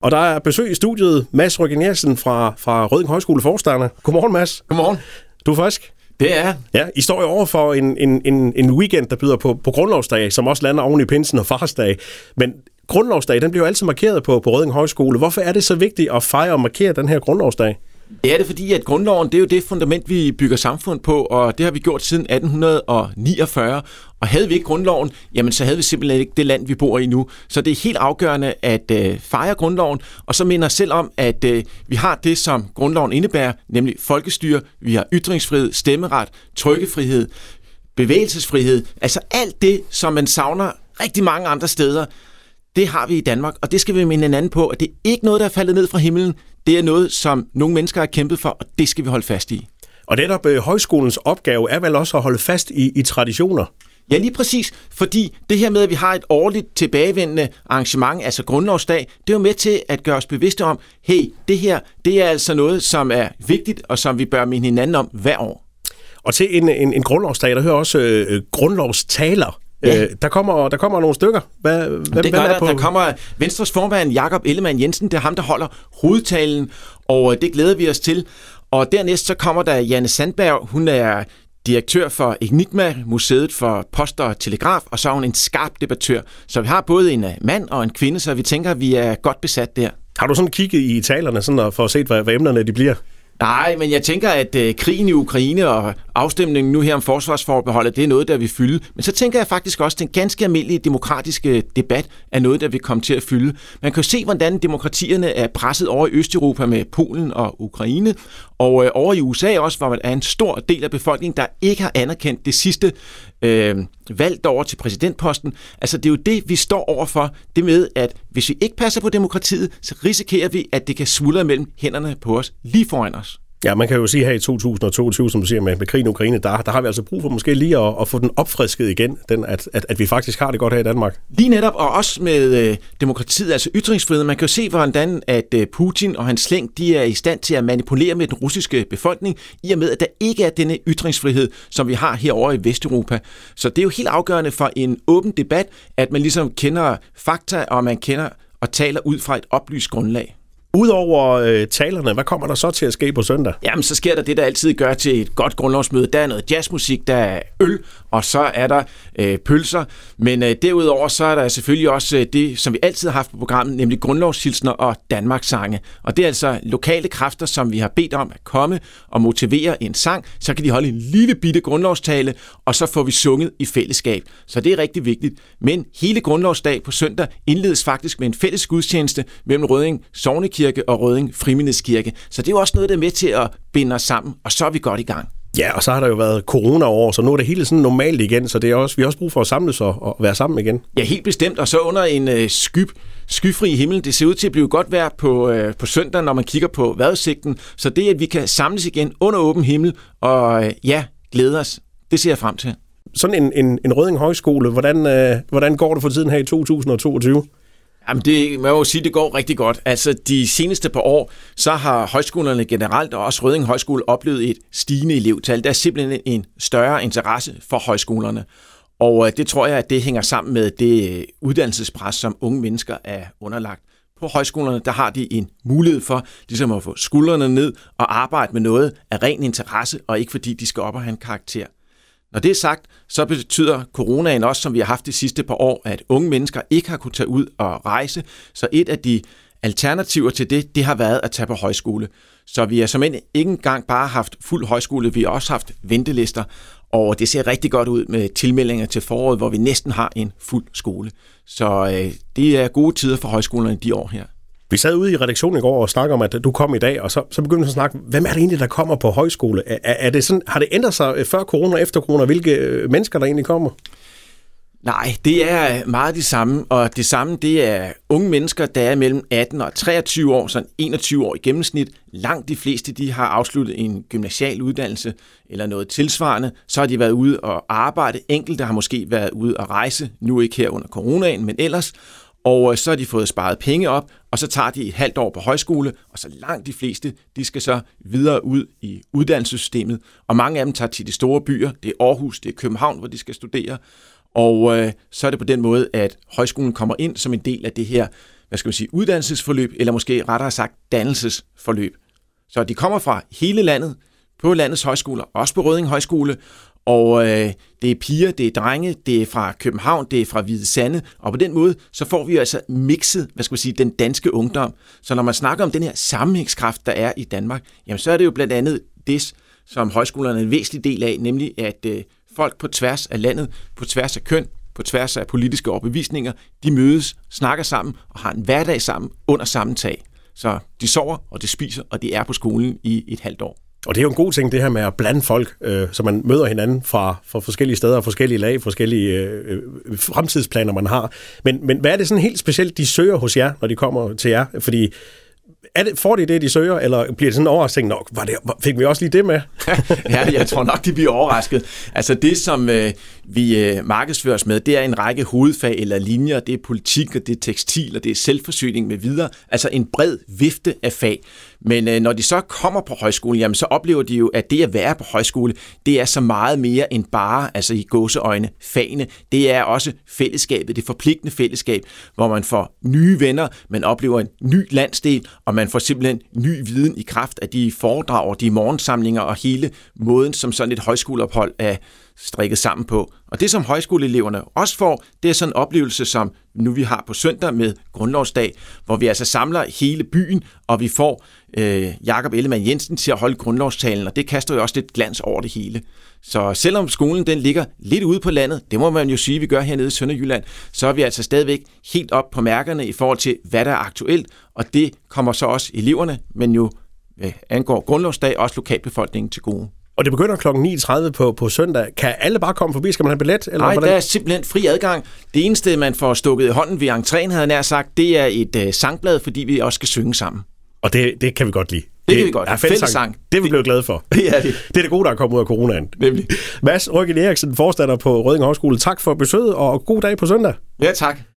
Og der er besøg i studiet, Mads Røgind Eriksen fra Rødding Højskole Forstander. Godmorgen, Mads. Godmorgen. Du er frisk? Det er. Ja, I står jo over for en weekend, der byder på Grundlovsdag, som også lander oven i pinsen og farsdag. Men Grundlovsdag, den bliver jo altid markeret på Rødding Højskole. Hvorfor er det så vigtigt at fejre og markere den her Grundlovsdag? Det er det, fordi at grundloven, det er jo det fundament, vi bygger samfund på, og det har vi gjort siden 1849. Og havde vi ikke grundloven, jamen så havde vi simpelthen ikke det land, vi bor i nu. Så det er helt afgørende at fejre grundloven, og så minder os selv om, at vi har det, som grundloven indebærer, nemlig folkestyre, vi har ytringsfrihed, stemmeret, trykkefrihed, bevægelsesfrihed, altså alt det, som man savner rigtig mange andre steder. Det har vi i Danmark, og det skal vi minde hinanden på, at det er ikke noget, der er faldet ned fra himlen. Det er noget, som nogle mennesker har kæmpet for, og det skal vi holde fast i. Og netop højskolens opgave er vel også at holde fast i traditioner? Ja, lige præcis, fordi det her med, at vi har et årligt tilbagevendende arrangement, altså Grundlovsdag, det er jo med til at gøre os bevidste om, hey, det her, det er altså noget, som er vigtigt, og som vi bør minde hinanden om hver år. Og til en grundlovsdag, der hører også grundlovstaler. Ja. Der kommer nogle stykker. Der kommer Venstres formand Jakob Ellemann-Jensen, det er ham, der holder hovedtalen, og det glæder vi os til. Og dernæst så kommer der Janne Sandberg, hun er direktør for Enigma, Museet for Post og Telegraf, og så er hun en skarp debattør. Så vi har både en mand og en kvinde, så vi tænker, at vi er godt besat der. Har du sådan kigget i talerne sådan for at se, hvad emnerne de bliver? Nej, men jeg tænker, at krigen i Ukraine og afstemningen nu her om forsvarsforbeholdet, det er noget, der vil fylde. Men så tænker jeg faktisk også, at den ganske almindelige demokratiske debat er noget, der vil komme til at fylde. Man kan jo se, hvordan demokratierne er presset over i Østeuropa med Polen og Ukraine, og over i USA også, hvor der er en stor del af befolkningen, der ikke har anerkendt det sidste valg over til præsidentposten. Altså det er jo det, vi står overfor. Det med, at hvis vi ikke passer på demokratiet, så risikerer vi, at det kan smuldre mellem hænderne på os lige foran os. Ja, man kan jo sige her i 2022, som du siger, med krigen i Ukraine, der har vi altså brug for måske lige at få den opfrisket igen, at vi faktisk har det godt her i Danmark. Lige netop, og også med demokratiet, altså ytringsfrihed. Man kan jo se, hvordan at Putin og hans slæng, de er i stand til at manipulere med den russiske befolkning, i og med, at der ikke er denne ytringsfrihed, som vi har herovre i Vesteuropa. Så det er jo helt afgørende for en åben debat, at man ligesom kender fakta, og man kender og taler ud fra et oplyst grundlag. Udover talerne, hvad kommer der så til at ske på søndag? Jamen, så sker der det, der altid gør til et godt grundlovsmøde. Der er noget jazzmusik, der er øl, og så er der pølser. Men derudover så er der selvfølgelig også det, som vi altid har haft på programmet, nemlig grundlovshilsner og Danmarkssange. Og det er altså lokale kræfter, som vi har bedt om at komme og motivere en sang. Så kan de holde en lille bitte grundlovstale, og så får vi sunget i fællesskab. Så det er rigtig vigtigt. Men hele grundlovsdag på søndag indledes faktisk med en fælles gudstjeneste mellem Rødding Sognekirke og Rødding Frimiddelskirke. Så det er jo også noget, der er med til at binde os sammen, og så er vi godt i gang. Ja, og så har der jo været corona-år, så nu er det hele sådan normalt igen, så det er også, vi har også brug for at samles og være sammen igen. Ja, helt bestemt, og så under en skyfri himmel. Det ser ud til at blive godt vejr på søndag, når man kigger på vejrudsigten, så det, at vi kan samles igen under åben himmel og glæde os, det ser jeg frem til. Sådan en Rødding Højskole, hvordan går det for tiden her i 2022? Jamen, man må jo sige, det går rigtig godt. Altså, de seneste par år, så har højskolerne generelt, og også Rødding Højskole, oplevet et stigende elevtal. Der er simpelthen en større interesse for højskolerne. Og det tror jeg, at det hænger sammen med det uddannelsespres, som unge mennesker er underlagt. På højskolerne, der har de en mulighed for ligesom at få skuldrene ned og arbejde med noget af ren interesse, og ikke fordi de skal op og have en karakter. Når det er sagt, så betyder coronaen også, som vi har haft de sidste par år, at unge mennesker ikke har kunnet tage ud og rejse. Så et af de alternativer til det har været at tage på højskole. Så vi har som ikke engang bare haft fuld højskole, vi har også haft ventelister. Og det ser rigtig godt ud med tilmeldinger til foråret, hvor vi næsten har en fuld skole. Så det er gode tider for højskolerne de år her. Vi sad ude i redaktionen i går og snakkede om, at du kom i dag, og så begyndte vi at snakke, hvem er det egentlig, der kommer på højskole? Er det sådan, har det ændret sig før corona og efter corona, hvilke mennesker der egentlig kommer? Nej, det er meget det samme, og det samme det er unge mennesker, der er mellem 18 og 23 år, sådan 21 år i gennemsnit. Langt de fleste, de har afsluttet en gymnasial uddannelse eller noget tilsvarende. Så har de været ude og arbejde. Enkelte har måske været ude og rejse, nu ikke her under coronaen, men ellers. Og så har de fået sparet penge op, og så tager de et halvt år på højskole, og så langt de fleste, de skal så videre ud i uddannelsessystemet. Og mange af dem tager til de store byer. Det er Aarhus, det er København, hvor de skal studere. Og så er det på den måde, at højskolen kommer ind som en del af det her uddannelsesforløb, eller måske rettere sagt dannelsesforløb. Så de kommer fra hele landet, på landets højskoler, også på Rødding Højskole, og det er piger, det er drenge, det er fra København, det er fra Hvide Sande, og på den måde, så får vi altså mixet, den danske ungdom. Så når man snakker om den her sammenhængskraft, der er i Danmark, jamen så er det jo blandt andet det, som højskolerne er en væsentlig del af, nemlig at folk på tværs af landet, på tværs af køn, på tværs af politiske overbevisninger, de mødes, snakker sammen og har en hverdag sammen under samme tag. Så de sover, og de spiser, og de er på skolen i et halvt år. Og det er jo en god ting, det her med at blande folk, så man møder hinanden fra forskellige steder, forskellige lag, forskellige fremtidsplaner, man har. Men hvad er det sådan helt specielt, de søger hos jer, når de kommer til jer? Fordi får de det, de søger, eller bliver det sådan overrasket nok? Fik vi også lige det med? Ja, jeg tror nok, de bliver overrasket. Altså det, som vi markedsføres med, det er en række hovedfag eller linjer. Det er politik, og det er tekstil, og det er selvforsyning med videre. Altså en bred vifte af fag. Men når de så kommer på højskole, jamen så oplever de jo, at det at være på højskole, det er så meget mere end bare, altså i gåseøjne, fagene. Det er også fællesskabet, det forpligtende fællesskab, hvor man får nye venner, man oplever en ny landsdel, og man får simpelthen ny viden i kraft af de foredrag, de morgensamlinger og hele måden, som sådan et højskoleophold er strikket sammen på. Og det, som højskoleeleverne også får, det er sådan en oplevelse, som nu vi har på søndag med Grundlovsdag, hvor vi altså samler hele byen, og vi får Jakob Ellemann Jensen til at holde grundlovstalen, og det kaster jo også lidt glans over det hele. Så selvom skolen den ligger lidt ude på landet, det må man jo sige, vi gør hernede i Sønderjylland, så er vi altså stadigvæk helt op på mærkerne i forhold til, hvad der er aktuelt, og det kommer så også eleverne, men jo angår Grundlovsdag også lokalbefolkningen til gode. Og det begynder kl. 9.30 på søndag. Kan alle bare komme forbi? Skal man have billet? Eller nej, der er simpelthen fri adgang. Det eneste, man får stukket i hånden ved entréen, havde jeg nær sagt, det er et sangblad, fordi vi også skal synge sammen. Og det kan vi godt lide. Det kan vi godt. Fællessang. Det er vi blevet glade for. Det er det. Det er det gode, der er kommet ud af coronaen. Nemlig. Mads Røgind Eriksen, forstander på Rødding Højskole. Tak for besøget, og god dag på søndag. Ja, tak.